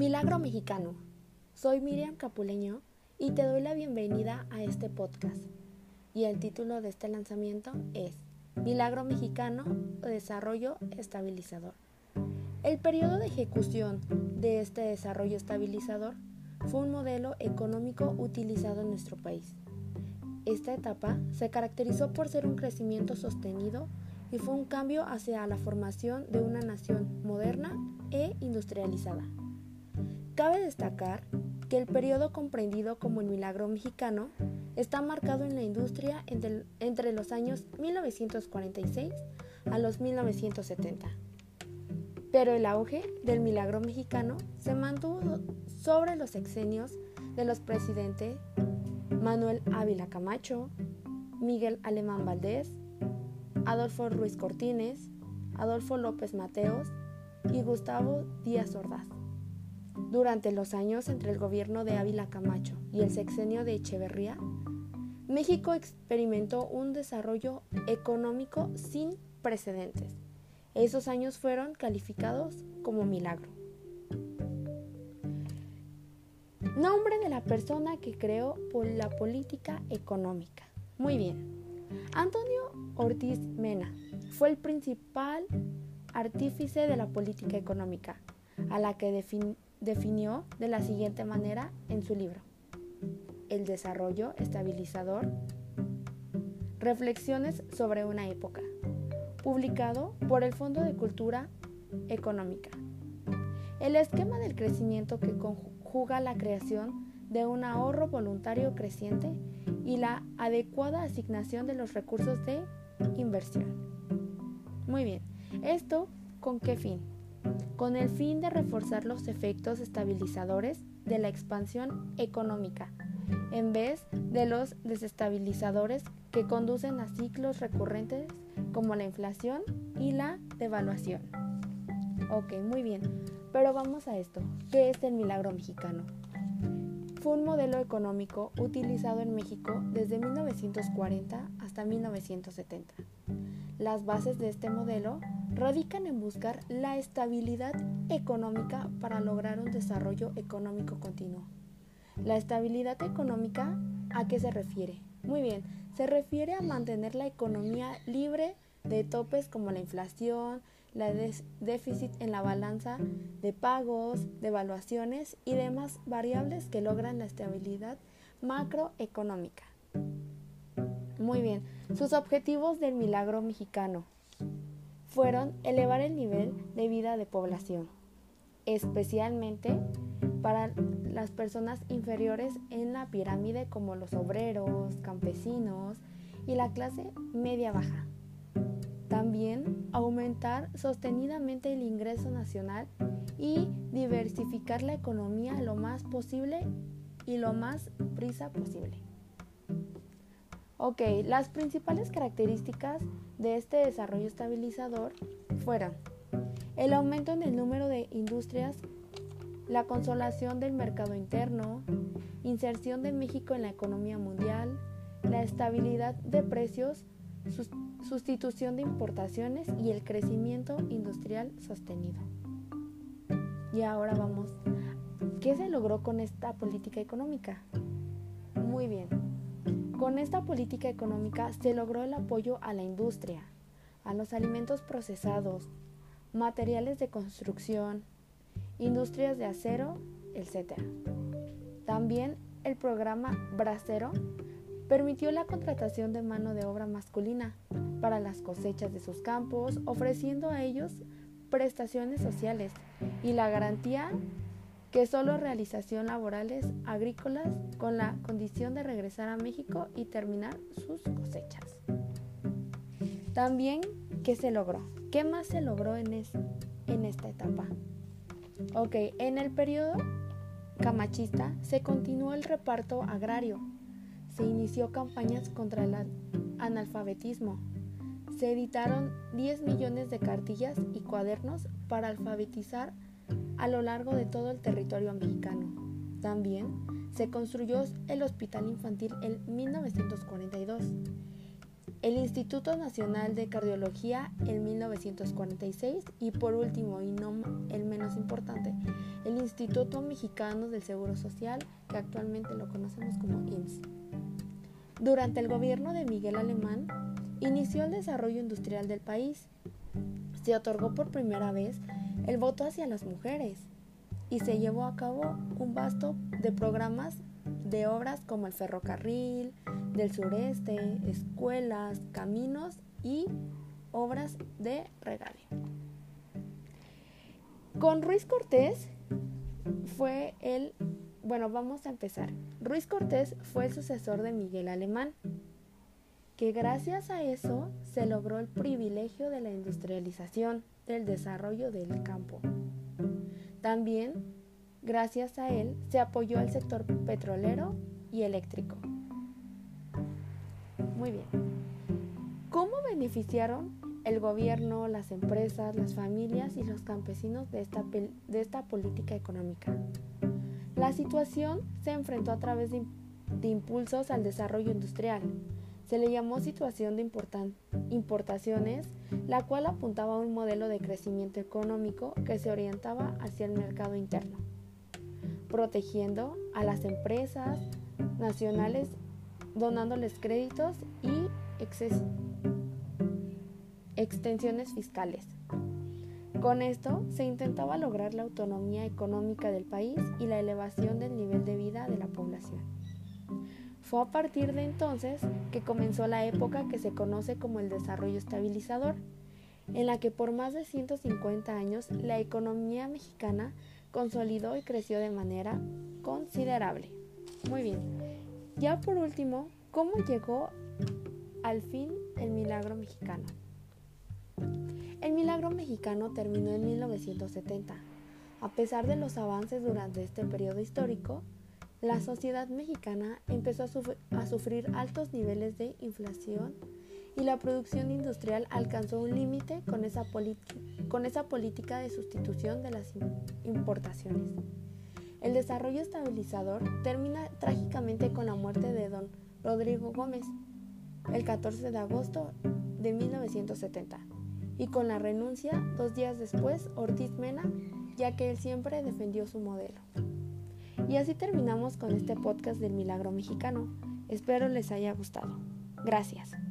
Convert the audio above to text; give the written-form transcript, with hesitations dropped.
Milagro Mexicano. Soy Miriam Capuleño y te doy la bienvenida a este podcast. Y el título de este lanzamiento es Milagro Mexicano o Desarrollo Estabilizador. El periodo de ejecución de este desarrollo estabilizador fue un modelo económico utilizado en nuestro país. Esta etapa se caracterizó por ser un crecimiento sostenido y fue un cambio hacia la formación de una nación moderna e industrializada. Cabe destacar que el periodo comprendido como el Milagro Mexicano está marcado en la industria entre los años 1946 a los 1970. Pero el auge del Milagro Mexicano se mantuvo sobre los sexenios de los presidentes Manuel Ávila Camacho, Miguel Alemán Valdés, Adolfo Ruiz Cortines, Adolfo López Mateos y Gustavo Díaz Ordaz. Durante los años entre el gobierno de Ávila Camacho y el sexenio de Echeverría, México experimentó un desarrollo económico sin precedentes. Esos años fueron calificados como milagro. Nombre de la persona que creó la política económica. Muy bien. Antonio Ortiz Mena fue el principal artífice de la política económica, a la que definió de la siguiente manera en su libro: El desarrollo estabilizador, reflexiones sobre una época, publicado por el Fondo de Cultura Económica. El esquema del crecimiento que conjuga la creación de un ahorro voluntario creciente y la adecuada asignación de los recursos de inversión. Muy bien, ¿esto con qué fin? Con el fin de reforzar los efectos estabilizadores de la expansión económica, en vez de los desestabilizadores que conducen a ciclos recurrentes como la inflación y la devaluación. Ok, muy bien, pero vamos a esto. ¿Qué es el Milagro Mexicano? Fue un modelo económico utilizado en México desde 1940 hasta 1970. Las bases de este modelo radican en buscar la estabilidad económica para lograr un desarrollo económico continuo. ¿La estabilidad económica a qué se refiere? Muy bien, se refiere a mantener la economía libre de topes como la inflación, la déficit en la balanza de pagos, devaluaciones y demás variables que logran la estabilidad macroeconómica. Muy bien, sus objetivos del Milagro Mexicano fueron elevar el nivel de vida de población, especialmente para las personas inferiores en la pirámide como los obreros, campesinos y la clase media-baja. También aumentar sostenidamente el ingreso nacional y diversificar la economía lo más posible y lo más prisa posible. Ok, las principales características de este desarrollo estabilizador fueron el aumento en el número de industrias, la consolidación del mercado interno, inserción de México en la economía mundial, la estabilidad de precios, sustitución de importaciones y el crecimiento industrial sostenido. Y ahora vamos, ¿qué se logró con esta política económica? Muy bien. Con esta política económica se logró el apoyo a la industria, a los alimentos procesados, materiales de construcción, industrias de acero, etc. También el programa Bracero permitió la contratación de mano de obra masculina para las cosechas de sus campos, ofreciendo a ellos prestaciones sociales y la garantía que solo realización laborales agrícolas con la condición de regresar a México y terminar sus cosechas. También, ¿qué se logró? ¿Qué más se logró en esta etapa? Ok, en el periodo camachista se continuó el reparto agrario, se inició campañas contra el analfabetismo, se editaron 10 millones de cartillas y cuadernos para alfabetizar a lo largo de todo el territorio mexicano. También se construyó el Hospital Infantil en 1942 el Instituto Nacional de Cardiología en 1946 y por último y no el menos importante, el Instituto Mexicano del Seguro Social, que actualmente lo conocemos como IMSS. Durante el gobierno de Miguel Alemán, inició el desarrollo industrial del país. Se otorgó por primera vez el voto hacia las mujeres y se llevó a cabo un vasto de programas de obras como el ferrocarril del sureste, escuelas, caminos y obras de regadío. Con Ruiz Cortés vamos a empezar. Ruiz Cortés fue el sucesor de Miguel Alemán, que gracias a eso se logró el privilegio de la industrialización, del desarrollo del campo. También, gracias a él, se apoyó al sector petrolero y eléctrico. Muy bien. ¿Cómo beneficiaron el gobierno, las empresas, las familias y los campesinos de esta política económica? La situación se enfrentó a través de impulsos al desarrollo industrial. Se le llamó situación de importaciones, la cual apuntaba a un modelo de crecimiento económico que se orientaba hacia el mercado interno, protegiendo a las empresas nacionales, donándoles créditos y extensiones fiscales. Con esto se intentaba lograr la autonomía económica del país y la elevación del nivel de vida de la población. Fue a partir de entonces que comenzó la época que se conoce como el desarrollo estabilizador, en la que por más de 150 años la economía mexicana consolidó y creció de manera considerable. Muy bien. Ya por último, ¿cómo llegó al fin el milagro mexicano? El milagro mexicano terminó en 1970. A pesar de los avances durante este periodo histórico, la sociedad mexicana empezó a sufrir altos niveles de inflación y la producción industrial alcanzó un límite con esa política de sustitución de las importaciones. El desarrollo estabilizador termina trágicamente con la muerte de don Rodrigo Gómez el 14 de agosto de 1970 y con la renuncia 2 días después Ortiz Mena, ya que él siempre defendió su modelo. Y así terminamos con este podcast del Milagro Mexicano. Espero les haya gustado. Gracias.